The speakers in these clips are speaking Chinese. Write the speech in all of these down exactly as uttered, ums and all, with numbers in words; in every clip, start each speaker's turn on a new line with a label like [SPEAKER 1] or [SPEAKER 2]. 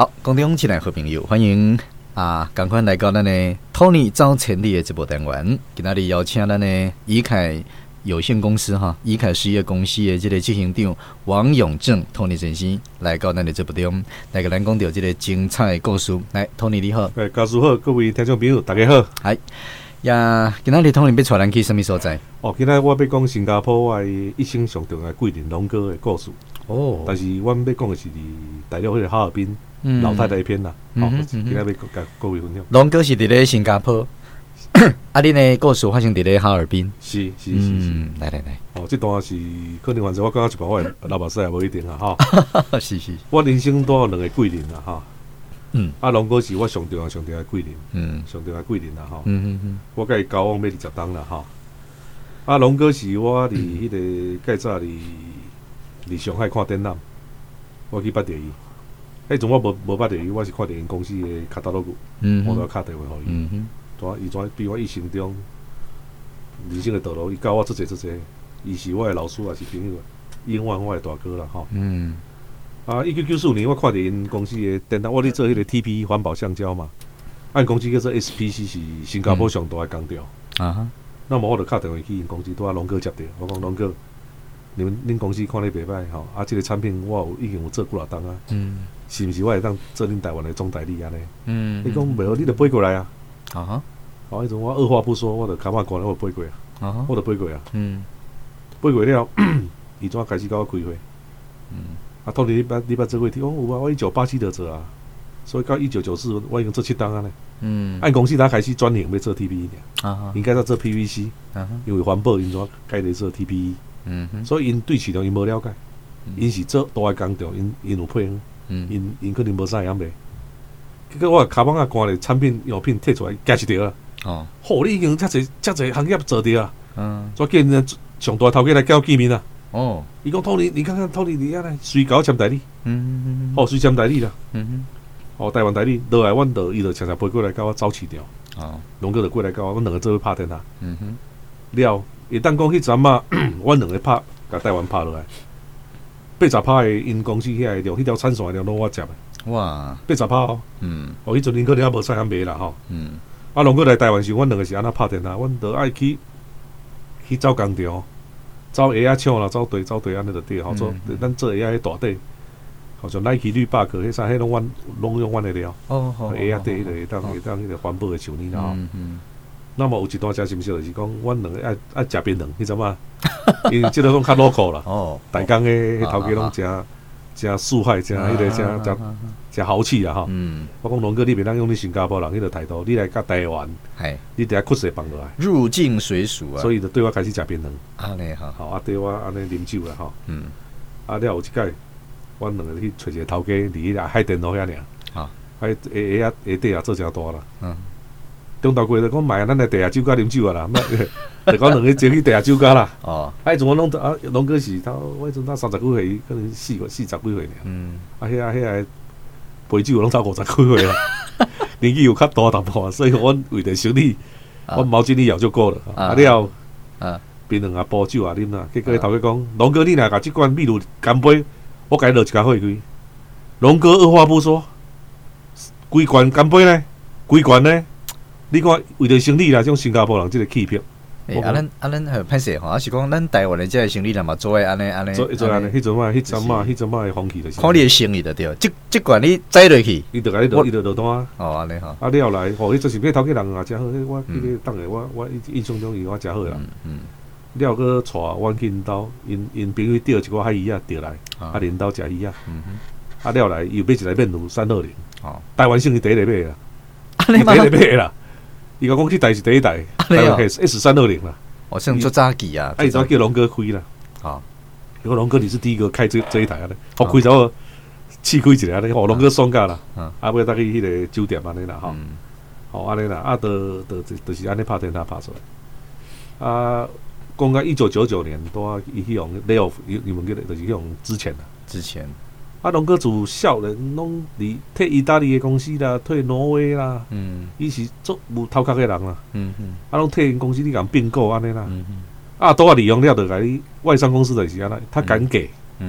[SPEAKER 1] 好，空中亲爱好朋友，欢迎啊！赶快来到咱的托尼找潜力的直播单元，今仔日邀请咱的怡凯有限公司哈，怡凯实业公司的这个执行长王永正托尼先生来到咱的直播中，来给咱讲到这个精彩的故事。来，托尼你好，
[SPEAKER 2] 诶，教授好，各位听众朋友大家好。
[SPEAKER 1] 嗨，呀，今仔日托尼要带咱去什么所在？
[SPEAKER 2] 哦，今仔我要讲新加坡我的一生上重要的贵人龙哥的故事。哦，但是我要讲的是大陆迄个哈尔滨。嗯、老太太一篇啦，好、嗯，今天要跟各位分享。
[SPEAKER 1] 龙哥是伫咧新加坡，啊，你呢故事发生伫咧哈尔滨。
[SPEAKER 2] 是是是是，
[SPEAKER 1] 嗯，来来来，
[SPEAKER 2] 哦，这段是可能反正我刚刚一把我老目屎也无一定啊，哈。
[SPEAKER 1] 是是，
[SPEAKER 2] 我人生都有两个贵人啦，哈。
[SPEAKER 1] 嗯，
[SPEAKER 2] 啊，龙哥是我上重要上重要的贵人，
[SPEAKER 1] 嗯，
[SPEAKER 2] 上重要的贵人啦，哈。
[SPEAKER 1] 嗯嗯嗯，
[SPEAKER 2] 我甲伊交往要二十档啦，哈。啊，龙哥是我伫迄个介早伫伫上海看展览，我去捌着伊。迄阵我无无捌着伊，我是看着因公司的卡达罗古，嗯，我都敲电话互伊，嗯哼，怎伊怎比我一生中人生的道路，伊教我出侪出侪，伊是我的老师也是朋友，永远我的大哥啦，吼，嗯，啊，一九九四年我看着因公司的展览，我咧做迄个 T P 环保橡胶嘛，按公司叫做 S P C 是新加坡上大的工调，啊哈，那么我就敲电话去因公司，拄啊龙哥接着，我讲龙哥。你们恁公司看你袂歹吼，啊，这个产品我有已经有做几偌档啊，嗯，是毋是我会当做恁台湾的总代理安尼？嗯，你讲袂好，你就飞过来啊，啊哈，好，迄阵我二话不说，我就卡马关了，我就飞过啊，啊我就飞过啊，嗯，飞过了，伊怎开始甲我开会？嗯，啊，当年你捌你捌做过？我有啊，我一九八七就做啊，所以到一九九四我已经做七档啊咧，嗯，按公司他开始转型要做 T P E 呢，啊，应该要做 P V C， 啊，因为环保因怎改咧做 T P E。嗯，所以因对市场因无了解，因是做大个工厂，因因有配合，因因可能无啥样袂。结果我卡邦啊关咧产品药品摕出来，加一条啊。哦，好，你已经遮侪遮侪行业做掉啊。嗯，所以叫人上大头家来叫我见面啊。哦，伊讲托尼，你看看托尼你安尼，随搞签代理。嗯嗯好，随签代理啦。嗯哼，哦，台湾代理落来，阮就伊就常常飞过来甲我走市调。哦，龙哥就过来甲我，阮两个做伙拍电啊。嗯哼，了。一旦讲迄阵啊，阮两个拍，甲台湾拍落来，八十拍的因公司遐个条，迄条产线条拢我接的。哇，八十拍哦。嗯。哦，迄阵因可能还无菜通卖啦吼。嗯。啊，龙哥来台湾时，阮两个是安那拍电啊，阮着爱去去走工厂，走鞋仔厂啦，走地走地安尼着对，吼做，咱做鞋仔迄大底，好像 Nike 绿霸克迄啥，迄拢阮拢用阮的料。哦好。鞋仔底迄个会当会当迄个环保的像呢啦吼。嗯嗯。那么有一段真心笑，就是讲，阮两个爱爱食槟榔，你知嘛？因为即个拢较 local 啦。哦。大江诶，迄头家拢诚诚素海，诚迄个诚诚诚豪气啦吼。嗯。我讲龙哥，你袂当用你新加坡人迄个态度，你来甲台湾，系，你得酷势放落来。
[SPEAKER 1] 入境随俗啊。
[SPEAKER 2] 所以就对我开始食槟榔。
[SPEAKER 1] 安尼哈。
[SPEAKER 2] 好，啊对我安尼啉酒啦吼。嗯。啊了有一届，阮两个去找一个头家，伫迄个海淀路遐尔。啊。海下下下下底啊做诚大啦。嗯。中昼过就讲买咱来地下酒家啉酒啊啦，就讲两个坐去地下酒家啦。哦，啊，迄阵我拢啊，龙哥是他，我迄阵他三十几岁，可能四四十几岁尔。嗯，啊，遐遐个陪酒拢超五十几岁啦，年纪又较大淡薄，所以阮为着生理，阮毛巾你咬就够了。啊了，啊，槟榔啊、煲酒啊啉啦。结果头家讲，龙哥你若甲即罐秘鲁干杯，我甲伊落一家火开。龙哥二话不说，几罐干杯呢？几罐呢？你看，为着生理啦，种新加坡人即个气魄。
[SPEAKER 1] 诶，啊咱啊咱还歹势吼，啊是讲咱台湾的即个生理人嘛，做诶安尼安尼。
[SPEAKER 2] 做做安尼，迄阵嘛，迄阵嘛，迄阵嘛的风气就是。
[SPEAKER 1] 看你的生意就对，即即罐你栽落去，
[SPEAKER 2] 伊就甲你落，伊就落单。
[SPEAKER 1] 哦，安尼吼。
[SPEAKER 2] 啊了来，吼，迄就是迄头家人也诚好，我记得当下我我印象中伊我诚好啦。嗯。了个带阮去因兜，因因朋友钓一个海鱼啊，钓来，啊连兜食鱼啊。嗯哼。啊了来，又买一个面炉三二零。哦。台湾生意第一个买啦。第一个买啦。伊甲讲去台是第一台，台湾是 S 三二零啦。
[SPEAKER 1] 我像做早期啊，
[SPEAKER 2] 啊，伊怎叫龙哥开啦？啊，如果龙哥你是第一个开这这一台啊咧，好开咗试开一下咧，哦，龙哥爽噶啦，啊，尾搭去迄个酒店安尼啦，吼，好安尼啦，啊，得得就是安尼拍电他拍出来。啊，讲到一九九九年，都伊迄种 layoff，你们记得就是迄种之前啦，
[SPEAKER 1] 之前。
[SPEAKER 2] 啊，龙哥做少年拢伫退意大利的公司啦，退挪威啦，嗯，伊是做有头壳的人啦，嗯嗯，啊，拢退因公司你共并购安尼啦，嗯嗯，啊，都啊利用了就甲你外商公司就是安尼，他敢给，嗯，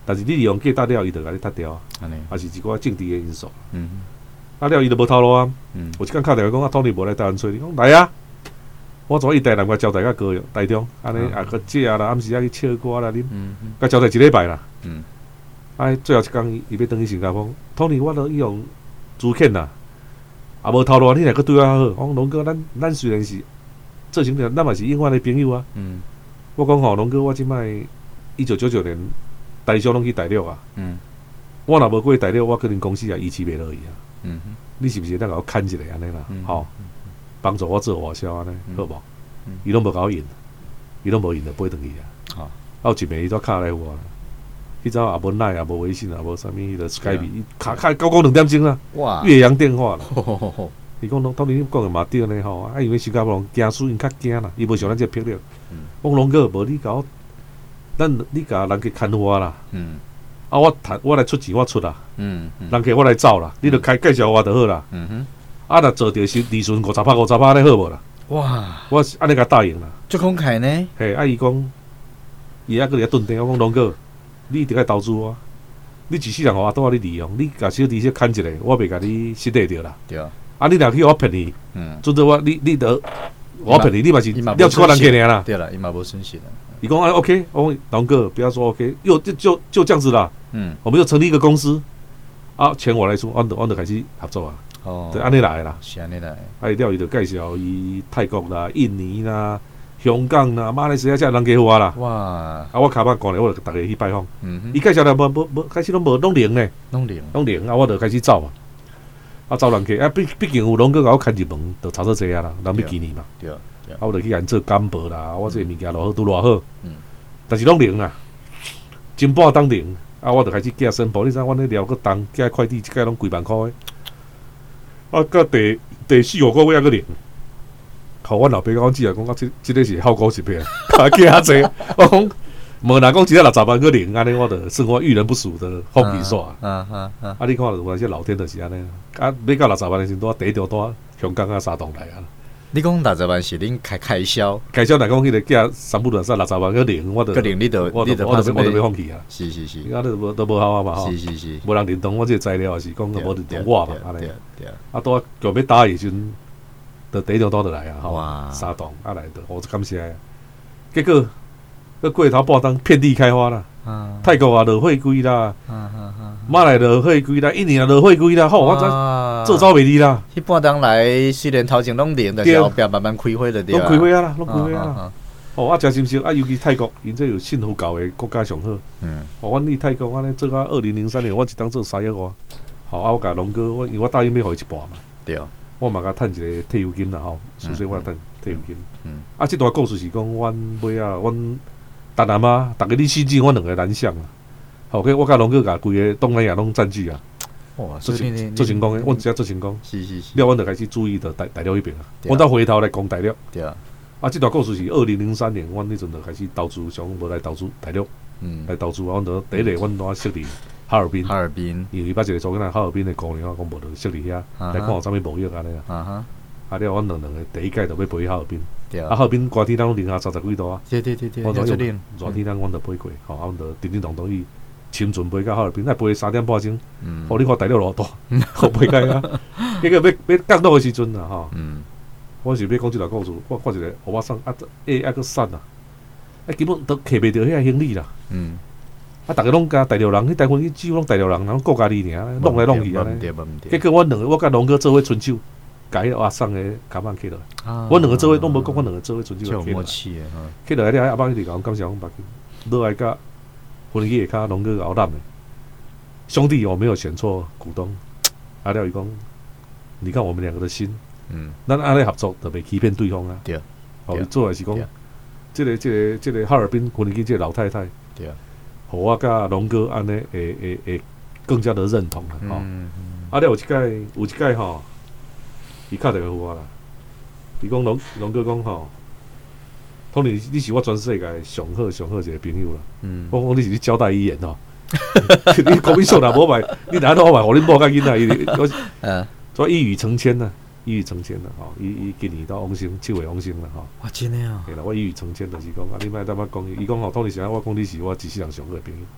[SPEAKER 2] 但是你利用价达了，伊就甲你踢掉啊，
[SPEAKER 1] 安尼，
[SPEAKER 2] 也是一寡政治的因素。
[SPEAKER 1] 嗯
[SPEAKER 2] 啊了，伊就无头路啊。
[SPEAKER 1] 嗯，
[SPEAKER 2] 有一工敲电话讲啊，托尼无来台湾找你，讲来啊。我从伊台南甲招待甲高雄、台中，安尼啊个食啦，暗时啊去唱歌啦，啉，
[SPEAKER 1] 嗯
[SPEAKER 2] 甲招待一礼拜啦。
[SPEAKER 1] 嗯，
[SPEAKER 2] 啊，最后一工伊要转去新加坡，托尼我都伊用资欠啦，啊无头路，你若搁对我好，我讲龙哥，咱咱虽然是做成咱嘛是永远的朋友啊。
[SPEAKER 1] 嗯，
[SPEAKER 2] 我讲吼，龙哥，我即摆一九九九年台商拢去大陆啊。
[SPEAKER 1] 嗯，
[SPEAKER 2] 我若无过大陆，我可能公司也维持袂落去啊。
[SPEAKER 1] 嗯，
[SPEAKER 2] 你是不是咱甲我牵一下安尼啦？吼、
[SPEAKER 1] 嗯，
[SPEAKER 2] 帮助我做外销安尼，
[SPEAKER 1] 嗯
[SPEAKER 2] 好无？
[SPEAKER 1] 嗯
[SPEAKER 2] 伊拢无甲我引，伊拢无引就飞转去啊。
[SPEAKER 1] 好，
[SPEAKER 2] 啊有一暝伊都敲来互我，迄阵也无赖，也无微信，也无啥物迄个 Skype，伊敲敲九点两点钟啦，
[SPEAKER 1] 哇，
[SPEAKER 2] 岳阳电话啦。
[SPEAKER 1] 吼吼吼，
[SPEAKER 2] 伊讲拢当年你讲的嘛对呢吼，啊因为新加坡人惊输因较惊啦，伊无像咱这魄力。
[SPEAKER 1] 嗯，
[SPEAKER 2] 我讲龙哥，无你甲我，咱你甲人家牵我啦。
[SPEAKER 1] 嗯
[SPEAKER 2] 啊，我谈我来出钱，我出啦，
[SPEAKER 1] 嗯嗯
[SPEAKER 2] 人家我来走啦，你著开介绍我就好啦。
[SPEAKER 1] 嗯哼，
[SPEAKER 2] 啊，若做着是利润五十趴五十趴，安尼好无啦？
[SPEAKER 1] 哇，
[SPEAKER 2] 我是安尼甲答应啦。
[SPEAKER 1] 足慷慨呢，
[SPEAKER 2] 嘿，啊伊讲，伊还搁伫遐顿定，我讲龙哥，你一定要投资我，你一世人互我倒我你利用，你甲小弟先牵一个，我袂甲你失礼着啦。
[SPEAKER 1] 对，
[SPEAKER 2] 啊，你若去我骗你，
[SPEAKER 1] 嗯，
[SPEAKER 2] 准做我，你你得我骗你，你嘛是
[SPEAKER 1] 伊嘛
[SPEAKER 2] 了一寡人客尔啦。
[SPEAKER 1] 对了，伊嘛无损失的，
[SPEAKER 2] 伊讲啊 OK，我讲龙哥不要说 OK，又就就就这样子啦。
[SPEAKER 1] 嗯，
[SPEAKER 2] 我们又成立一个公司，啊，钱我来出，我我就开始合作啊，
[SPEAKER 1] 哦，
[SPEAKER 2] 对，安尼来啦。
[SPEAKER 1] 是安尼来，
[SPEAKER 2] 啊，伊了伊就介绍伊泰国啦、印尼啦、香港啦、马来西亚遮人家互我啦。
[SPEAKER 1] 哇，
[SPEAKER 2] 啊，我卡巴讲咧，我就逐个去拜访。
[SPEAKER 1] 嗯哼，
[SPEAKER 2] 伊介绍了无无无，开始拢无拢零呢，
[SPEAKER 1] 拢零，
[SPEAKER 2] 拢零啊，我就开始走啊。啊，走人客啊，毕毕竟有龙哥甲我开入门，就差做这啊啦，人要纪念嘛。
[SPEAKER 1] 对对
[SPEAKER 2] 啊，，我就去甲因做干报啦，我这个物件偌好拄偌好，
[SPEAKER 1] 嗯，
[SPEAKER 2] 但是拢零啊，真半当零。啊，我就开始寄申报，你知我那聊个单寄快递，一届拢几万块的。啊，到第第四五个月还个零。好，阮老爸讲，只啊讲啊，这这个是好高一片，啊，寄遐济。我讲，无若讲只啊六十万个零，安尼我就算我遇人不淑的福气煞。
[SPEAKER 1] 嗯嗯嗯，
[SPEAKER 2] 啊，你看有那些老天就是安尼啊，要到六十万的时阵，第一条带香港啊、沙洞来啊。
[SPEAKER 1] 你讲六十万是恁开开销，
[SPEAKER 2] 开销来讲，迄个寄三不两三六十万个零，我就
[SPEAKER 1] 个零你就
[SPEAKER 2] 我
[SPEAKER 1] 你就
[SPEAKER 2] 就我就我就要放弃啊。
[SPEAKER 1] 是是是，
[SPEAKER 2] 你看都无都无效啊嘛吼。
[SPEAKER 1] 是是是，
[SPEAKER 2] 无人认同我这个材料，是讲无认同我嘛，安尼
[SPEAKER 1] 对。对，
[SPEAKER 2] 啊，拄啊，强要打的时阵，就第一条刀就来啊，吼
[SPEAKER 1] 哇，
[SPEAKER 2] 沙洞啊来的，我感谢啊。结果，个过头半当遍地开花啦，
[SPEAKER 1] 嗯
[SPEAKER 2] 泰国啊落火龟啦，
[SPEAKER 1] 嗯嗯嗯，
[SPEAKER 2] 马来落火龟啦，印尼啊落火龟啦，吼，我
[SPEAKER 1] 哇
[SPEAKER 2] 做走袂离啦，
[SPEAKER 1] 迄半当来虽然头前拢零，但是后壁慢慢开花就对
[SPEAKER 2] 拢
[SPEAKER 1] 啊，
[SPEAKER 2] 开花啊啦，拢开花
[SPEAKER 1] 嗯
[SPEAKER 2] 啊啦。
[SPEAKER 1] 嗯
[SPEAKER 2] 哦，啊，真心实啊，尤其泰国，因这有信徒教的国家上好。
[SPEAKER 1] 嗯
[SPEAKER 2] 哦，阮去泰国安尼做到二零零三年，我一当做三亿外。好啊，我甲龙哥，我因为我答应要互伊一半嘛，
[SPEAKER 1] 对，
[SPEAKER 2] 我嘛甲趁一个退休金啦吼，所以我趁退休金。
[SPEAKER 1] 嗯
[SPEAKER 2] 啊，这段故事是讲，阮尾啊，阮台南啊，逐个你甚至阮两个南向啊，好，我甲龙哥甲规个东南亚拢占据啊，
[SPEAKER 1] 哇，
[SPEAKER 2] 做
[SPEAKER 1] 所以你
[SPEAKER 2] 成做成功的，阮只做成功，
[SPEAKER 1] 是是是，
[SPEAKER 2] 了，阮就开始注意到大大陆迄边啊，
[SPEAKER 1] 对
[SPEAKER 2] 阮再回头来讲大陆。
[SPEAKER 1] 对，
[SPEAKER 2] 啊，这段故事是二零零三年，阮迄阵就开始投资，想无来投资大陆，
[SPEAKER 1] 嗯，
[SPEAKER 2] 来投资啊，阮就第一个，阮拢设立哈尔滨。
[SPEAKER 1] 哈尔滨，
[SPEAKER 2] 因为伊捌一个做紧来哈尔滨的姑娘，我讲无就设立遐，
[SPEAKER 1] 啊哈
[SPEAKER 2] 来看有啥物无益安尼啊。
[SPEAKER 1] 啊哈，
[SPEAKER 2] 啊了，阮两两个第一届就要飞去哈尔滨，
[SPEAKER 1] 对，
[SPEAKER 2] 啊哈尔滨寒天咱拢零下三十几度啊，
[SPEAKER 1] 对对对对，
[SPEAKER 2] 我就
[SPEAKER 1] 就冷，
[SPEAKER 2] 热天咱阮就飞过，吼，啊阮就叮叮当当去深圳飞到哈尔滨，那飞三点半钟，
[SPEAKER 1] 嗯
[SPEAKER 2] 互你看大陆偌大，好飞开啊。结果要要降落的时阵啊，吼，
[SPEAKER 1] 嗯，
[SPEAKER 2] 我是要讲即个故事，我看一个欧巴桑啊，下啊个山啊，啊基本都摕袂着遐行李啦。
[SPEAKER 1] 嗯，
[SPEAKER 2] 啊，逐个拢甲大陆人，迄台湾去只有拢大陆人，人顾家己尔，弄来弄去安尼。
[SPEAKER 1] 对对
[SPEAKER 2] 结果阮两个，我甲龙哥做伙春手，甲迄个阿送的卡曼起落。
[SPEAKER 1] 啊
[SPEAKER 2] 阮两个做伙拢无讲，阮两个做伙春手
[SPEAKER 1] 就有
[SPEAKER 2] 起落。
[SPEAKER 1] 默契的哈，
[SPEAKER 2] 起落来了，阿爸一直甲阮感谢阮爸紧，落来甲婚礼下骹龙哥熬揽的。兄弟，我没有选错股东。阿廖伊讲，你看我们两个的心，
[SPEAKER 1] 嗯，
[SPEAKER 2] 咱安尼合作就袂欺骗对方啊。
[SPEAKER 1] 对，
[SPEAKER 2] 哦，
[SPEAKER 1] 对
[SPEAKER 2] 伊做的是讲
[SPEAKER 1] 对，
[SPEAKER 2] 即个即个即个哈尔滨婚礼即个老太太，
[SPEAKER 1] 对，
[SPEAKER 2] 互我甲龙哥安尼会会会更加的认同啦。吼。
[SPEAKER 1] 嗯，
[SPEAKER 2] 啊，了有一届有一届吼，伊敲电话互我啦。伊讲龙龙哥讲吼，托尼你是我全世界上好上好一个朋友啦。
[SPEAKER 1] 嗯，
[SPEAKER 2] 我讲你是你交代遗言吼，你讲你说若无买，你哪都买，互恁某甲囡仔，伊我
[SPEAKER 1] 嗯，
[SPEAKER 2] 所以一语成谶呐，一语成谶啦吼。伊伊今年到往生，七月往生啦吼。
[SPEAKER 1] 哇，真的啊，
[SPEAKER 2] 嘿啦，我一语成谶就是讲，啊，你莫当我讲，伊讲吼，托尼是安，我讲你是我一世人上好的朋友。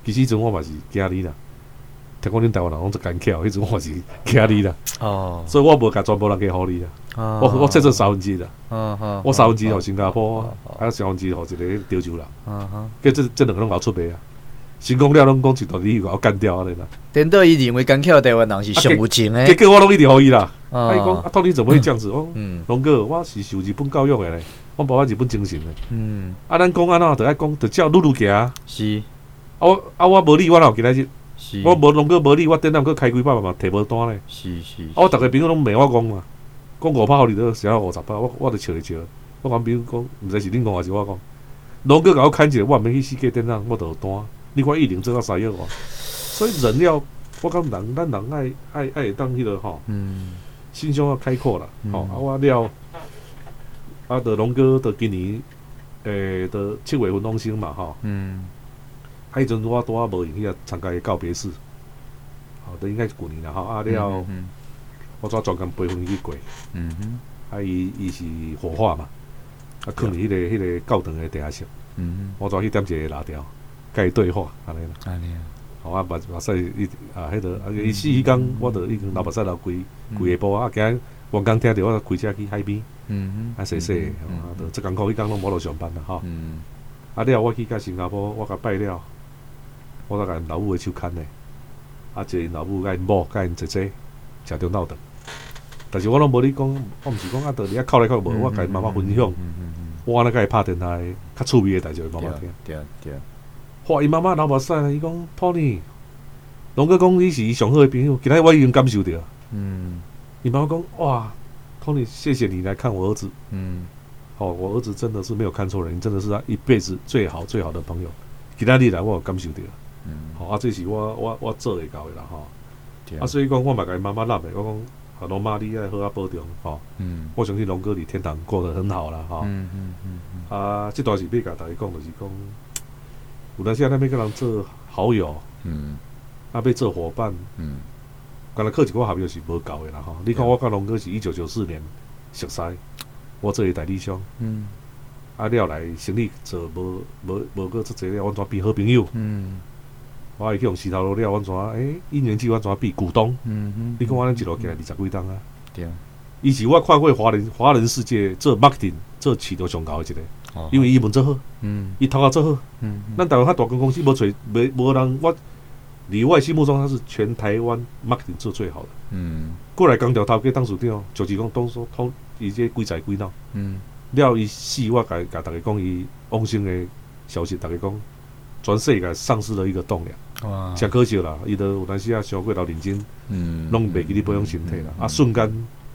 [SPEAKER 2] 其实迄阵我嘛是惊你啦。听讲恁台湾人拢做干巧，迄阵我是惊你啦。哦，所以我无甲全部人给互你啦。哦，我我切做三分之啦。哦哦，我三分之互新加坡，还有三分之互一个潮州人。嗯哼，佮这这两个拢搞出卖啊。成功了，拢讲一道理甲我干掉安尼啦。
[SPEAKER 1] 颠倒伊认为干巧台湾人是上有情诶。
[SPEAKER 2] 结果我拢一直互伊啦。啊，伊讲啊，到底怎么会这样子？哦，龙哥，我是受日本教育诶咧，我爸爸日本精神诶。嗯，啊，咱讲安怎，着爱讲，着照愈愈行。是。啊我啊我无理，我哪有今仔日？是。我无龙哥无理，我顶阵去开几百万嘛，摕无单咧。是是。啊，我逐个朋友拢骂我讲嘛，讲五百互你都写到五十百，我我着笑一笑。我讲朋友讲，毋知是恁讲还是我讲。龙哥甲我牵一个，我免去世界顶阵，我着有单。你看一零做到三亿哦，所以人要，我讲人，咱人爱爱爱当迄个吼，嗯，心胸要开阔啦，吼、嗯，啊我了，啊，的龙哥的今年，诶，的七月份拢生嘛，吼，嗯，啊，迄阵我拄啊无闲去参加告别式，好，都应该是旧年啦，吼，啊了，嗯嗯、我抓专工陪婚去过，嗯哼，啊伊伊是火化嘛，啊，囥伫迄个迄个教堂的地下室，嗯，我抓去点一个拉条。甲伊对话，安尼啦，安尼啊，好啊，目目屎伊啊，迄个啊，伊死迄工，我着已经流目屎流规规下晡啊，今日员工听着我开车去海边，嗯啊洗洗，啊，着这工课迄工拢无落上班啦，吼，嗯，啊了，我去甲新加坡，我甲拜了，我甲因老母的手牵咧，啊，坐因老母甲因某甲因姐姐食中昼顿，但是我拢无咧讲，我毋是讲啊，着你啊哭来哭无，我甲因妈妈分享，我安尼甲伊拍电台，较趣味的代志，妈妈听，对对。哇！伊妈妈流目屎啦，伊讲 Tony， 龙哥讲你是伊上好的朋友，今仔我已经感受到。嗯，伊妈妈讲哇 ，Tony， 谢谢你来看我儿子。嗯，好、哦，我儿子真的是没有看错人，真的是他一辈子最好最好的朋友。今仔日来我有感受到。嗯，好、哦、啊，这是我我我做会到的啦，吼、哦。啊，所以讲我嘛甲伊妈妈揽的，我讲啊，龙妈你爱好好保重，吼、哦。嗯，我相信龙哥伫天堂过得很好啦，吼、哦。嗯嗯嗯嗯。啊，这段是要甲大家讲，就是讲。有当时啊，咱要甲人做好友，嗯，啊，要做伙伴，嗯，干来靠一个合约是无够的啦吼。你看我甲龙哥是一九九四年熟识，我做伊代理商，嗯，啊了来生意做无无无过出济了，阮怎变好朋友？嗯，我会去用石头路了，阮怎诶一年级阮怎变股东？嗯嗯，你看我咱一路起来二十几档啊，对啊，伊是我看过华人华人世界做 marketing 做市场上高的一个。因为伊文做好，嗯，伊头壳做好，嗯，咱台湾较大间公司无找无无人，我伫我心目中他是全台湾 marketing 做最好的，嗯，过来工条头家当属长，就是讲当初通伊这几财几闹，嗯，了伊死我甲甲大家讲伊往生的消息，大家讲全世界丧失了一个栋梁，哇，真可惜啦，伊都有当时啊伤过老认真，嗯，拢袂记咧保养身体啦，啊瞬间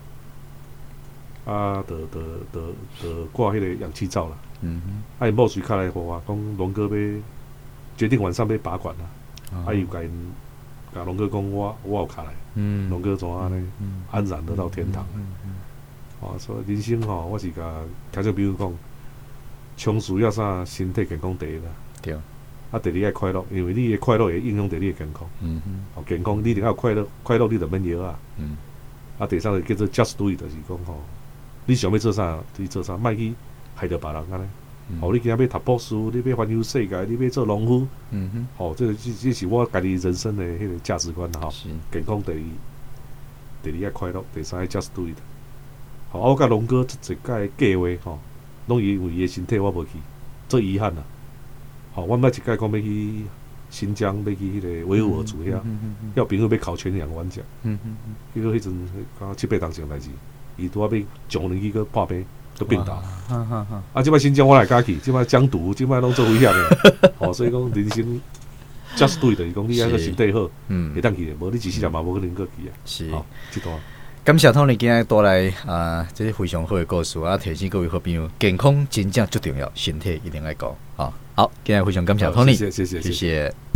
[SPEAKER 2] 啊，得得得得挂迄个氧气罩啦。嗯哼，啊，伊某水卡来互我，讲龙哥要决定晚上要拔管啦。哦、啊，伊甲因甲龙哥讲，我我有卡来，嗯，龙哥怎安尼安然得到天堂？嗯嗯，哦，所以人生吼、哦，我是甲听众朋友讲，充实要啥？身体健康第一啦。对。啊，第二爱快乐，因为你的快乐会影响到你的健康。嗯哼。哦，健康你一定要快乐，快乐你就免药啊。嗯。啊，第三个叫做 just do it， 就是讲吼，你想要做啥，你做啥，莫去。害着别人安尼，哦、嗯，你今仔要读博士，你要环游世界，你要做农夫，嗯哼，哦，这这这是我家己人生的迄个价值观哈。健康第二，第二爱快乐，第三爱 just do it。好，我甲龙哥这一届计划吼，拢因为伊的身体我无去，做遗憾啦。好，我捌一届讲要去新疆，要去迄个维吾尔族遐，要朋友要考全氧湾奖，嗯嗯嗯，结果迄阵刚七八当成代志，伊拄仔要上年纪个破病。都病倒，啊！即摆新疆我来敢去，即摆疆独，即摆拢做危险的，吼、哦！所以讲人生 just do it，就是讲你爱个身体好，嗯，会当去的，无你一世人嘛无可能过去啊。是，好，这段。
[SPEAKER 1] 感谢Tony今日带来啊，这是非常好的故事啊！提醒各位好朋友，健康真正最重要，身体一定要顾啊！好，今日非常感谢Tony，
[SPEAKER 2] 谢谢谢谢谢谢。